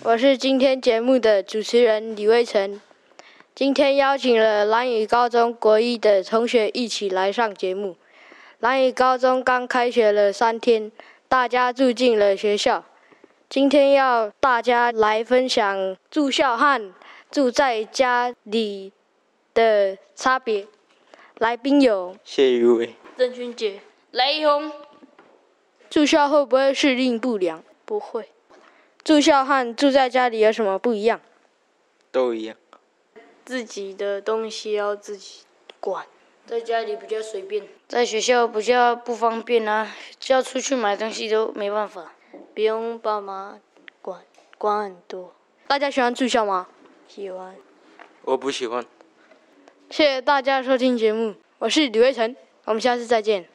我是今天节目的主持人李威成。今天邀请了兰屿高中国一的同学一起来上节目。兰屿高中刚开学了3天，大家住进了学校。今天要大家来分享住校和住在家里的差别。来宾有谢宇伟、 郑君杰、雷宏。住校会不会适应不良？不会。住校和住在家里有什么不一样？ 都一样。 自己的东西要自己管，在家里比较随便，在学校比较不方便啊，要出去买东西都没办法，不用爸妈管很多。大家喜欢住校吗？喜欢。 我不喜欢。 谢谢大家收听节目，我是李威成，我们下次再见。